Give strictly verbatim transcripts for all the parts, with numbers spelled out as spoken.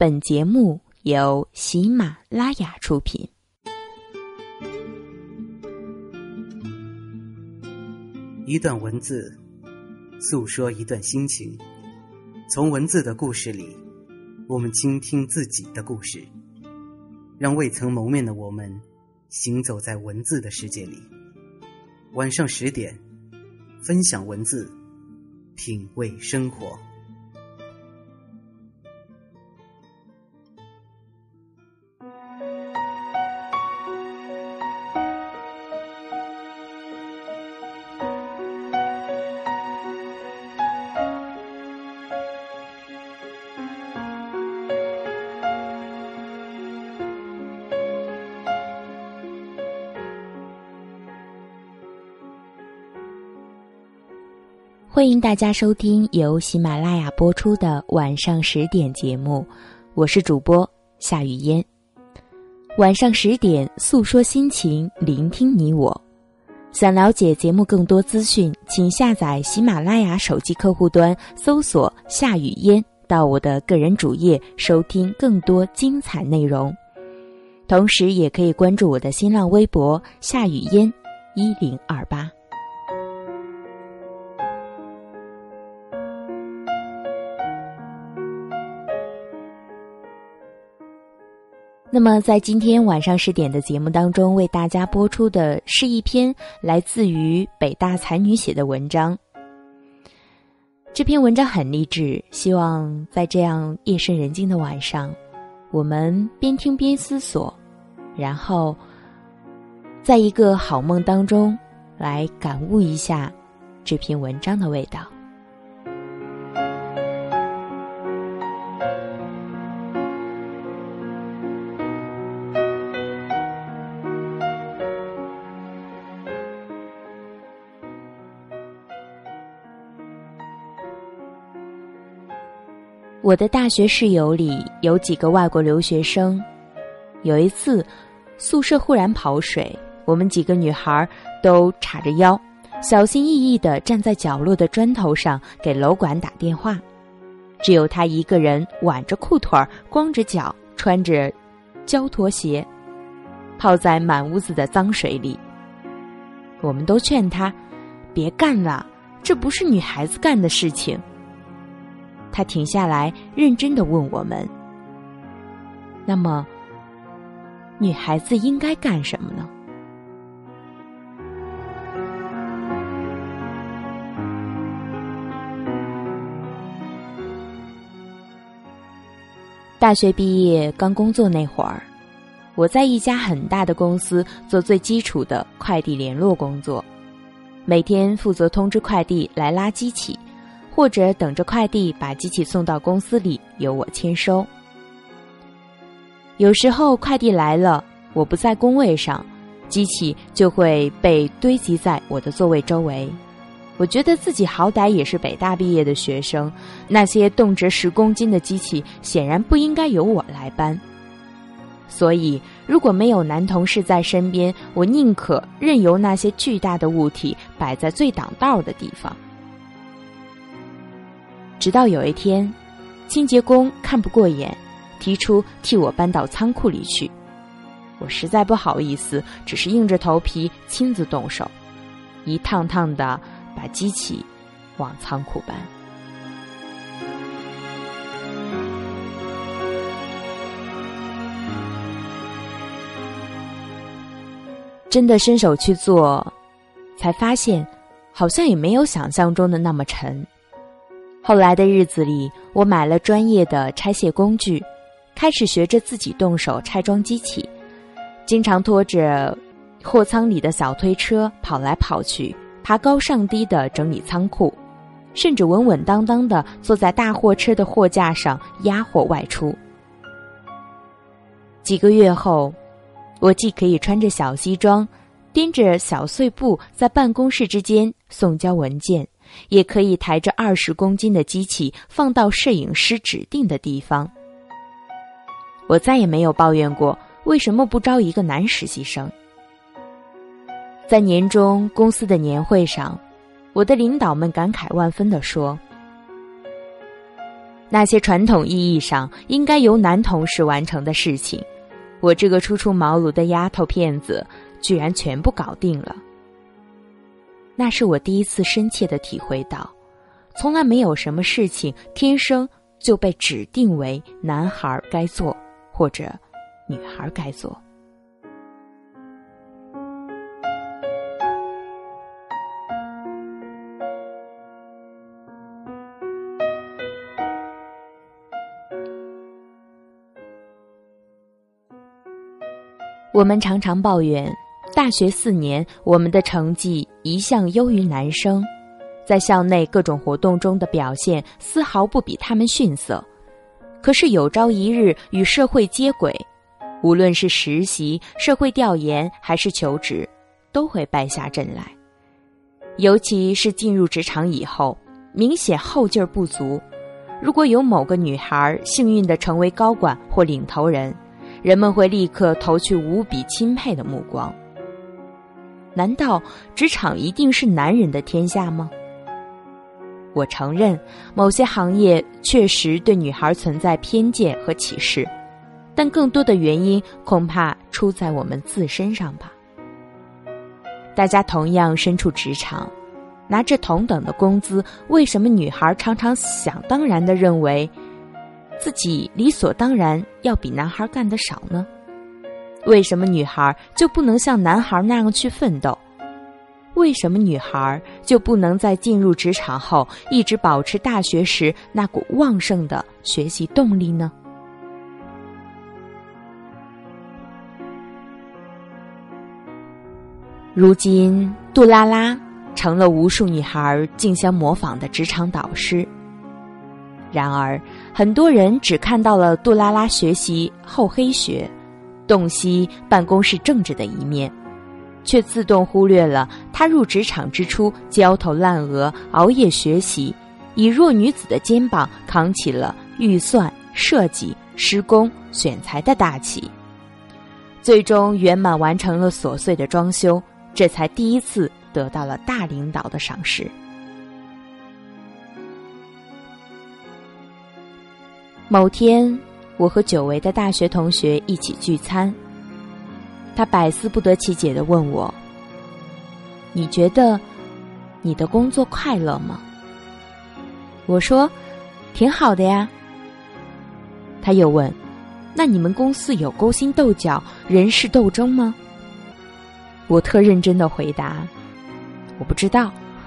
本节目由喜马拉雅出品。 一段文字，诉说一段心情。从文字的故事里，我们倾听自己的故事，让未曾谋面的我们行走在文字的世界里。晚上十点，分享文字，品味生活。 欢迎大家收听由喜马拉雅播出的晚上十点节目，我是主播夏雨嫣。晚上十点，诉说心情，聆听你我。想了解节目更多资讯，请下载喜马拉雅手机客户端，搜索夏雨嫣，到我的个人主页收听更多精彩内容。同时也可以关注我的新浪微博夏雨嫣一零二八。那么在今天晚上十点的节目当中，为大家播出的是一篇来自于北大才女写的文章。这篇文章很励志，希望在这样夜深人静的晚上，我们边听边思索，然后在一个好梦当中来感悟一下这篇文章的味道。我的大学室友里有几个外国留学生，有一次宿舍忽然跑水，我们几个女孩都叉着腰，小心翼翼地站在角落的砖头上给楼管打电话，只有她一个人挽着裤腿，光着脚，穿着胶拖鞋，泡在满屋子的脏水里。我们都劝她别干了，这不是女孩子干的事情。他停下来认真地问我们，那么女孩子应该干什么呢？大学毕业刚工作那会儿，我在一家很大的公司做最基础的快递联络工作，每天负责通知快递来拉机器，或者等着快递把机器送到公司里，由我签收。有时候快递来了，我不在工位上，机器就会被堆积在我的座位周围。我觉得自己好歹也是北大毕业的学生，那些动辄十公斤的机器显然不应该由我来搬。所以如果没有男同事在身边，我宁可任由那些巨大的物体摆在最挡道的地方。直到有一天，清洁工看不过眼，提出替我搬到仓库里去。我实在不好意思，只是硬着头皮亲自动手，一趟趟地把机器往仓库搬。真的伸手去做，才发现好像也没有想象中的那么沉。后来的日子里，我买了专业的拆卸工具，开始学着自己动手拆装机器，经常拖着货仓里的小推车跑来跑去，爬高上低地整理仓库，甚至稳稳当当地坐在大货车的货架上压货外出。几个月后，我既可以穿着小西装，掂着小碎布在办公室之间送交文件，也可以抬着二十公斤的机器放到摄影师指定的地方。我再也没有抱怨过为什么不招一个男实习生。在年终公司的年会上，我的领导们感慨万分地说， 那些传统意义上应该由男同事完成的事情，我这个初出茅庐的丫头片子居然全部搞定了。那是我第一次深切地体会到，从来没有什么事情天生就被指定为男孩该做，或者女孩该做。我们常常抱怨，大学四年我们的成绩一向优于男生，在校内各种活动中的表现丝毫不比他们逊色。可是有朝一日与社会接轨，无论是实习、社会调研还是求职，都会败下阵来。尤其是进入职场以后，明显后劲儿不足。如果有某个女孩幸运地成为高管或领头人，人们会立刻投去无比钦佩的目光。难道职场一定是男人的天下吗？我承认，某些行业确实对女孩存在偏见和歧视，但更多的原因恐怕出在我们自身上吧。大家同样身处职场，拿着同等的工资，为什么女孩常常想当然地认为自己理所当然要比男孩干得少呢？为什么女孩就不能像男孩那样去奋斗？为什么女孩就不能在进入职场后一直保持大学时那股旺盛的学习动力呢？如今，杜拉拉成了无数女孩竞相模仿的职场导师。然而，很多人只看到了杜拉拉学习厚黑学，洞悉办公室政治的一面，却自动忽略了她入职场之初焦头烂额、熬夜学习，以弱女子的肩膀扛起了预算、设计、施工、选材的大旗，最终圆满完成了琐碎的装修，这才第一次得到了大领导的赏识。某天，我和久违的大学同学一起聚餐，他百思不得其解地问我：“你觉得你的工作快乐吗？”我说：“挺好的呀。”他又问：“那你们公司有勾心斗角、人事斗争吗？”我特认真地回答：“我不知道。”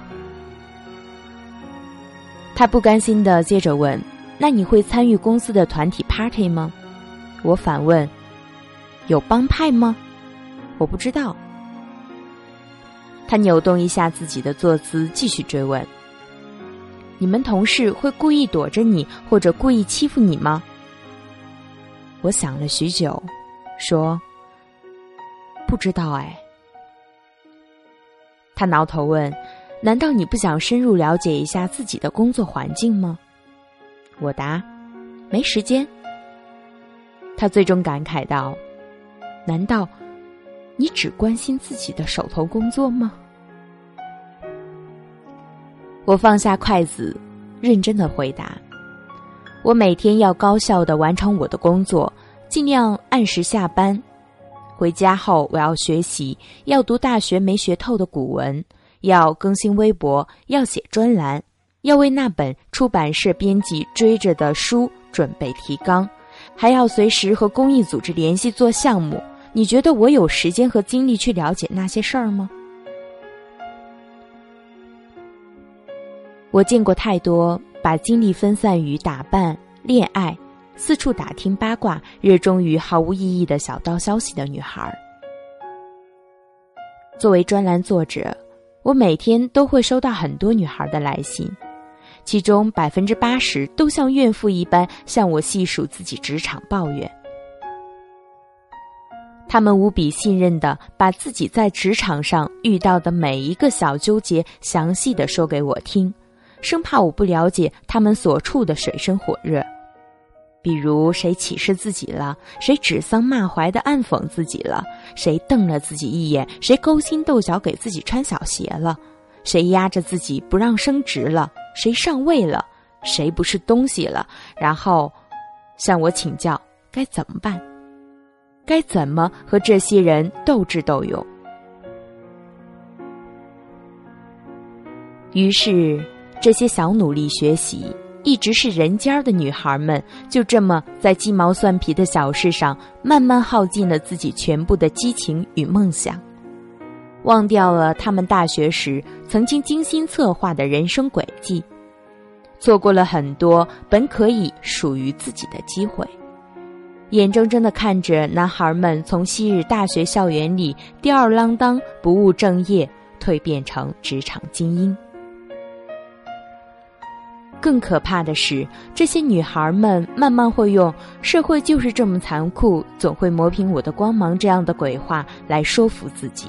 他不甘心地接着问：“那你会参与公司的团体 party 吗？”我反问：“有帮派吗？”我不知道。他扭动一下自己的坐姿，继续追问：“你们同事会故意躲着你，或者故意欺负你吗？”我想了许久，说：“不知道哎。”他挠头问：“难道你不想深入了解一下自己的工作环境吗？”我答：“没时间。”他最终感慨道：“难道你只关心自己的手头工作吗？”我放下筷子，认真地回答：“我每天要高效地完成我的工作，尽量按时下班。回家后我要学习，要读大学没学透的古文，要更新微博，要写专栏，要为那本出版社编辑追着的书准备提纲，还要随时和公益组织联系做项目。你觉得我有时间和精力去了解那些事儿吗？”我见过太多把精力分散于打扮、恋爱、四处打听八卦、热衷于毫无意义的小道消息的女孩。作为专栏作者，我每天都会收到很多女孩的来信，其中百分之八十都像怨妇一般向我细数自己职场抱怨。她们无比信任地把自己在职场上遇到的每一个小纠结详细地说给我听，生怕我不了解她们所处的水深火热。比如谁歧视自己了，谁指桑骂槐地暗讽自己了，谁瞪了自己一眼，谁勾心斗角给自己穿小鞋了，谁压着自己不让升职了，谁上位了， 谁不是东西了，然后向我请教该怎么办，该怎么和这些人斗智斗勇。于是这些小努力学习一直是人尖的女孩们，就这么在鸡毛蒜皮的小事上慢慢耗尽了自己全部的激情与梦想，忘掉了他们大学时曾经精心策划的人生轨迹，错过了很多本可以属于自己的机会，眼睁睁地看着男孩们从昔日大学校园里吊儿郎当不务正业蜕变成职场精英。更可怕的是，这些女孩们慢慢会用社会就是这么残酷，总会磨平我的光芒这样的鬼话来说服自己，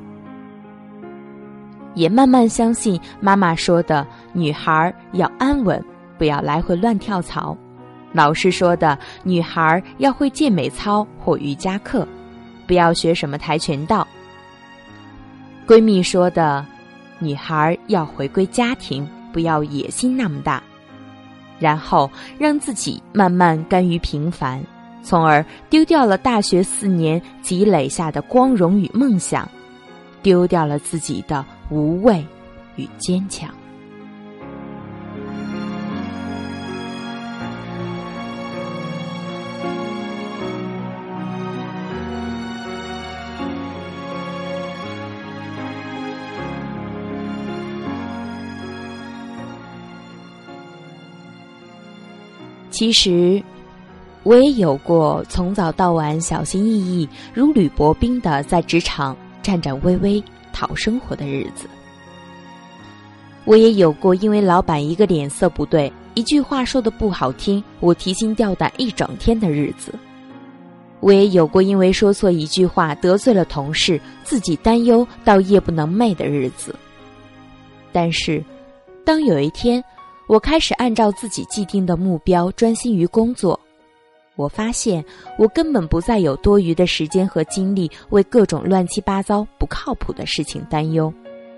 也慢慢相信妈妈说的女孩要安稳，不要来回乱跳槽，老师说的女孩要会健美操或瑜伽课，不要学什么跆拳道，闺蜜说的女孩要回归家庭，不要野心那么大，然后让自己慢慢甘于平凡，从而丢掉了大学四年积累下的光荣与梦想，丢掉了自己的无畏与坚强。其实我也有过从早到晚小心翼翼如履薄冰的在职场战战巍巍讨生活的日子，我也有过因为老板一个脸色不对，一句话说得不好听，我提心吊胆一整天的日子，我也有过因为说错一句话得罪了同事，自己担忧到夜不能寐的日子。但是当有一天我开始按照自己既定的目标专心于工作，我发现我根本不再有多余的时间和精力为各种乱七八糟不靠谱的事情担忧。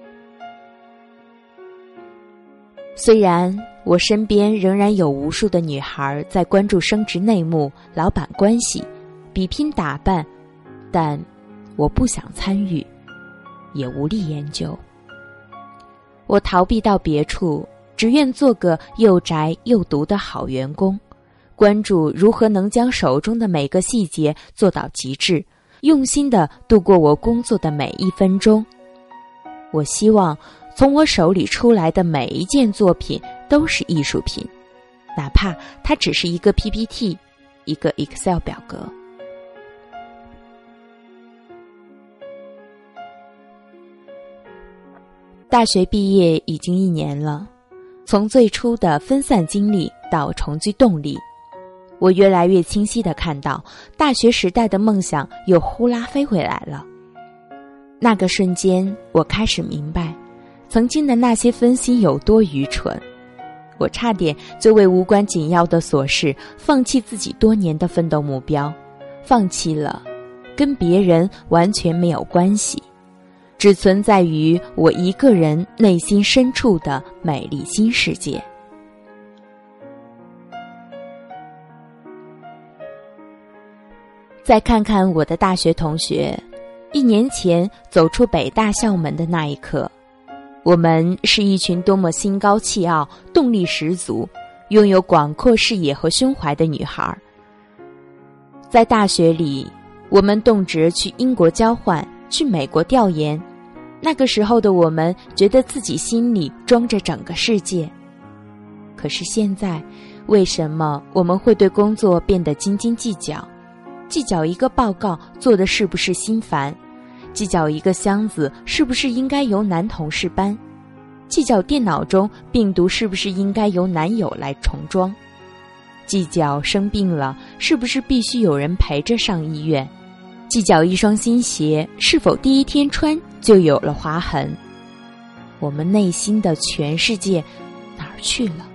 虽然我身边仍然有无数的女孩在关注升职内幕、老板关系、比拼打扮，但我不想参与，也无力研究。我逃避到别处，只愿做个又宅又毒的好员工，关注如何能将手中的每个细节做到极致，用心地度过我工作的每一分钟。我希望从我手里出来的每一件作品都是艺术品，哪怕它只是一个 P P T， 一个 Excel 表格。大学毕业已经一年了，从最初的分散精力到重聚动力，我越来越清晰地看到大学时代的梦想又呼啦飞回来了。那个瞬间，我开始明白曾经的那些分心有多愚蠢，我差点就为无关紧要的琐事放弃自己多年的奋斗目标，放弃了跟别人完全没有关系，只存在于我一个人内心深处的美丽新世界。再看看我的大学同学，一年前走出北大校门的那一刻，我们是一群多么心高气傲、动力十足、拥有广阔视野和胸怀的女孩。在大学里，我们动辄去英国交换，去美国调研，那个时候的我们觉得自己心里装着整个世界。可是现在，为什么我们会对工作变得斤斤计较？计较一个报告做的是不是心烦，计较一个箱子是不是应该由男同事搬，计较电脑中病毒是不是应该由男友来重装，计较生病了是不是必须有人陪着上医院，计较一双新鞋是否第一天穿就有了划痕。我们内心的全世界哪儿去了？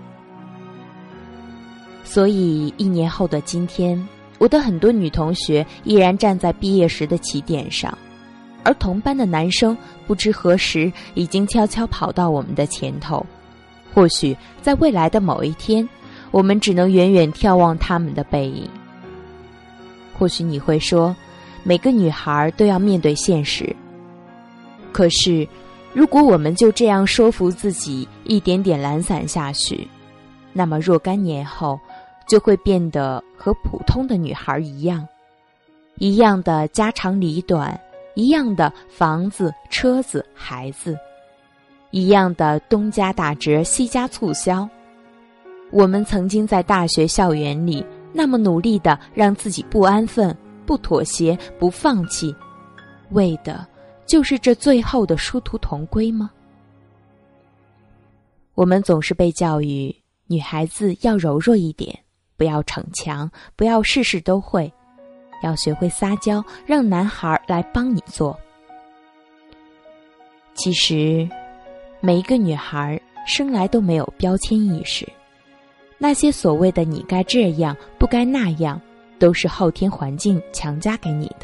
所以一年后的今天，我的很多女同学依然站在毕业时的起点上，而同班的男生不知何时已经悄悄跑到我们的前头， 或许在未来的某一天，我们只能远远眺望他们的背影。或许你会说，每个女孩都要面对现实。可是，如果我们就这样说服自己一点点懒散下去，那么若干年后就会变得和普通的女孩一样，一样的家长里短，一样的房子、车子、孩子，一样的东家打折西家促销。我们曾经在大学校园里那么努力地让自己不安分、不妥协、不放弃，为的就是这最后的殊途同归吗？我们总是被教育，女孩子要柔弱一点，不要逞强，不要事事都会，要学会撒娇，让男孩来帮你做。其实，每一个女孩生来都没有标签意识，那些所谓的你该这样，不该那样，都是后天环境强加给你的。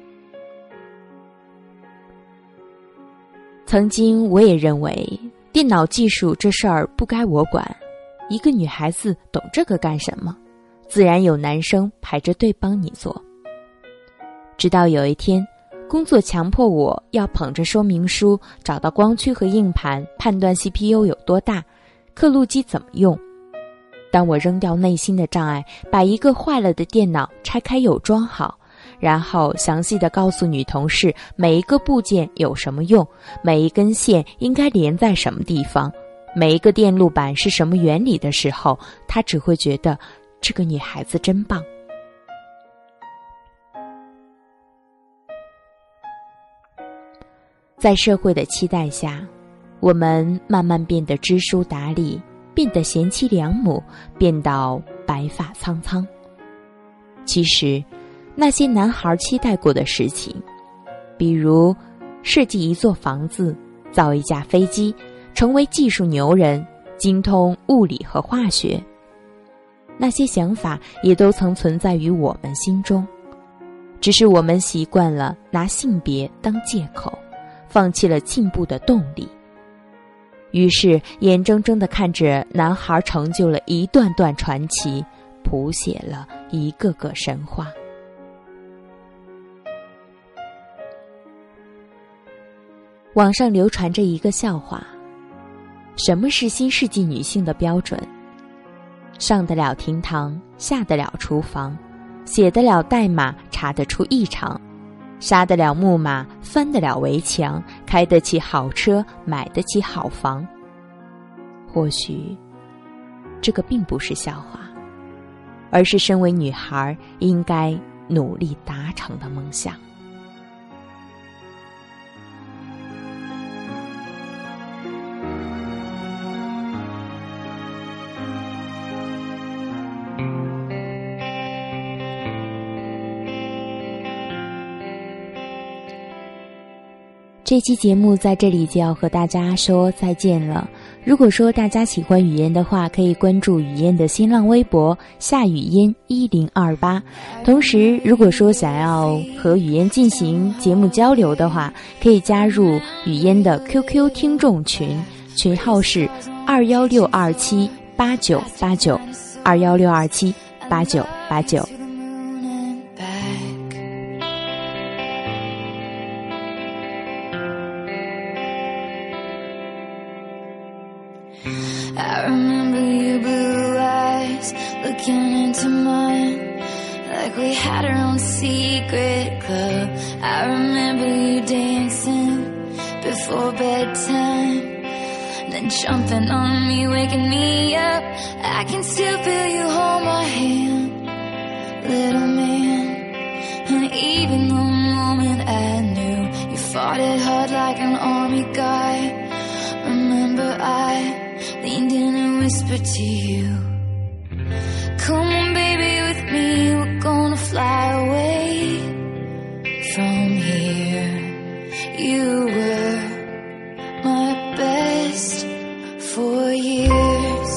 曾经我也认为，电脑技术这事儿不该我管，一个女孩子懂这个干什么？自然有男生排着队帮你做。直到有一天，工作强迫我要捧着说明书，找到光驱和硬盘，判断 C P U 有多大，刻录机怎么用。当我扔掉内心的障碍，把一个坏了的电脑拆开又装好，然后详细地告诉女同事每一个部件有什么用，每一根线应该连在什么地方，每一个电路板是什么原理的时候，她只会觉得这个女孩子真棒。在社会的期待下，我们慢慢变得知书达理，变得贤妻良母，变到白发苍苍。其实那些男孩期待过的事情，比如设计一座房子，造一架飞机，成为技术牛人，精通物理和化学，那些想法也都曾存在于我们心中，只是我们习惯了拿性别当借口，放弃了进步的动力，于是眼睁睁地看着男孩成就了一段段传奇，谱写了一个个神话。网上流传着一个笑话，什么是新世纪女性的标准？上得了厅堂，下得了厨房，写得了代码，查得出异常，杀得了木马，翻得了围墙，开得起好车，买得起好房。或许这个并不是笑话，而是身为女孩应该努力达成的梦想。这期节目在这里就要和大家说再见了。如果说大家喜欢语嫣的话，可以关注语嫣的新浪微博夏语嫣一零二八。同时，如果说想要和语嫣进行节目交流的话，可以加入语嫣的 Q Q 听众群，群号是二幺六二七八九八九二幺六二七八九八九。 I remember your blue eyes looking into mine like we had our own secret club. I remember you dancing before bedtime, then jumping on me, waking me up. I can still feel you hold my hand, little man. And even the moment I knew you fought it hard like an army guy, remember I leaned in and whispered to you, come on baby with me, we're gonna fly away from here. You were my best for years.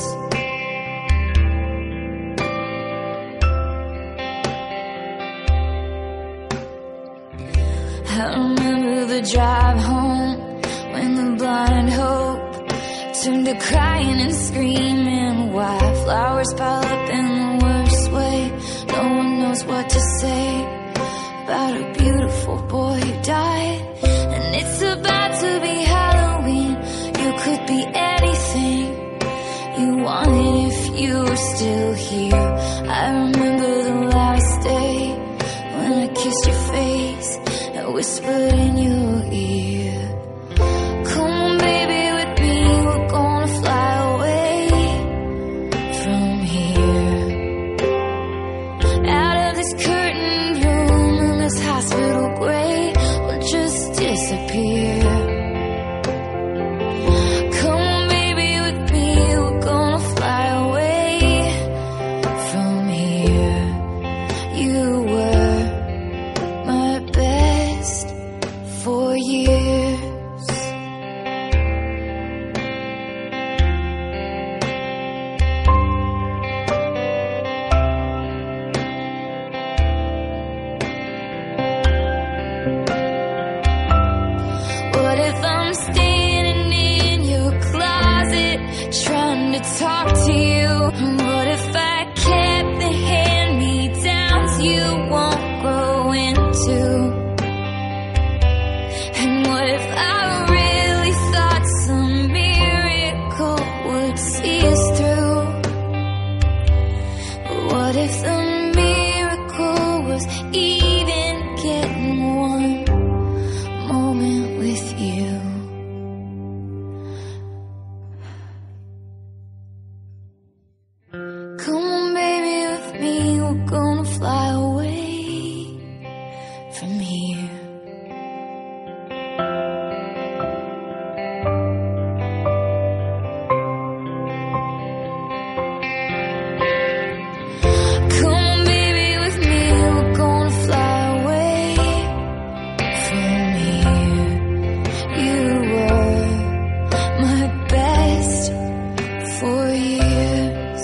I remember the drive home when the blind hope turned to crying and screaming. Why flowers pile up in the worst way? No one knows what to say about a beautiful boy who died. And it's about to be Halloween. You could be anything you wanted if you were still here. I remember the last day when I kissed your face and whispered in your ear. Come on baby, with me we're gonna fly away from here. Out of this curtained room in this hospital gray, we'll just disappear. Come on baby, with me we're gonna fly away from here. You were my best for years. What if I'm standing in your closet trying to talk to you? What if I kept the hand-me-downs you won't grow into? And what if I really thought some miracle would see us through? What if the miracle was even getting one moment with you? Come on baby, with me we're gonna fly away from here. Come on baby, with me we're gonna fly away from here. You were my best for years.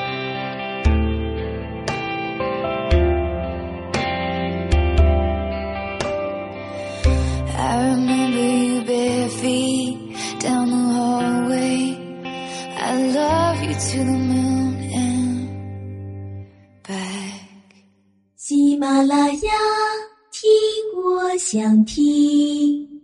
I remember you bare feet down the hallway. I love you to the moon and back. 喜马拉雅，听我想听。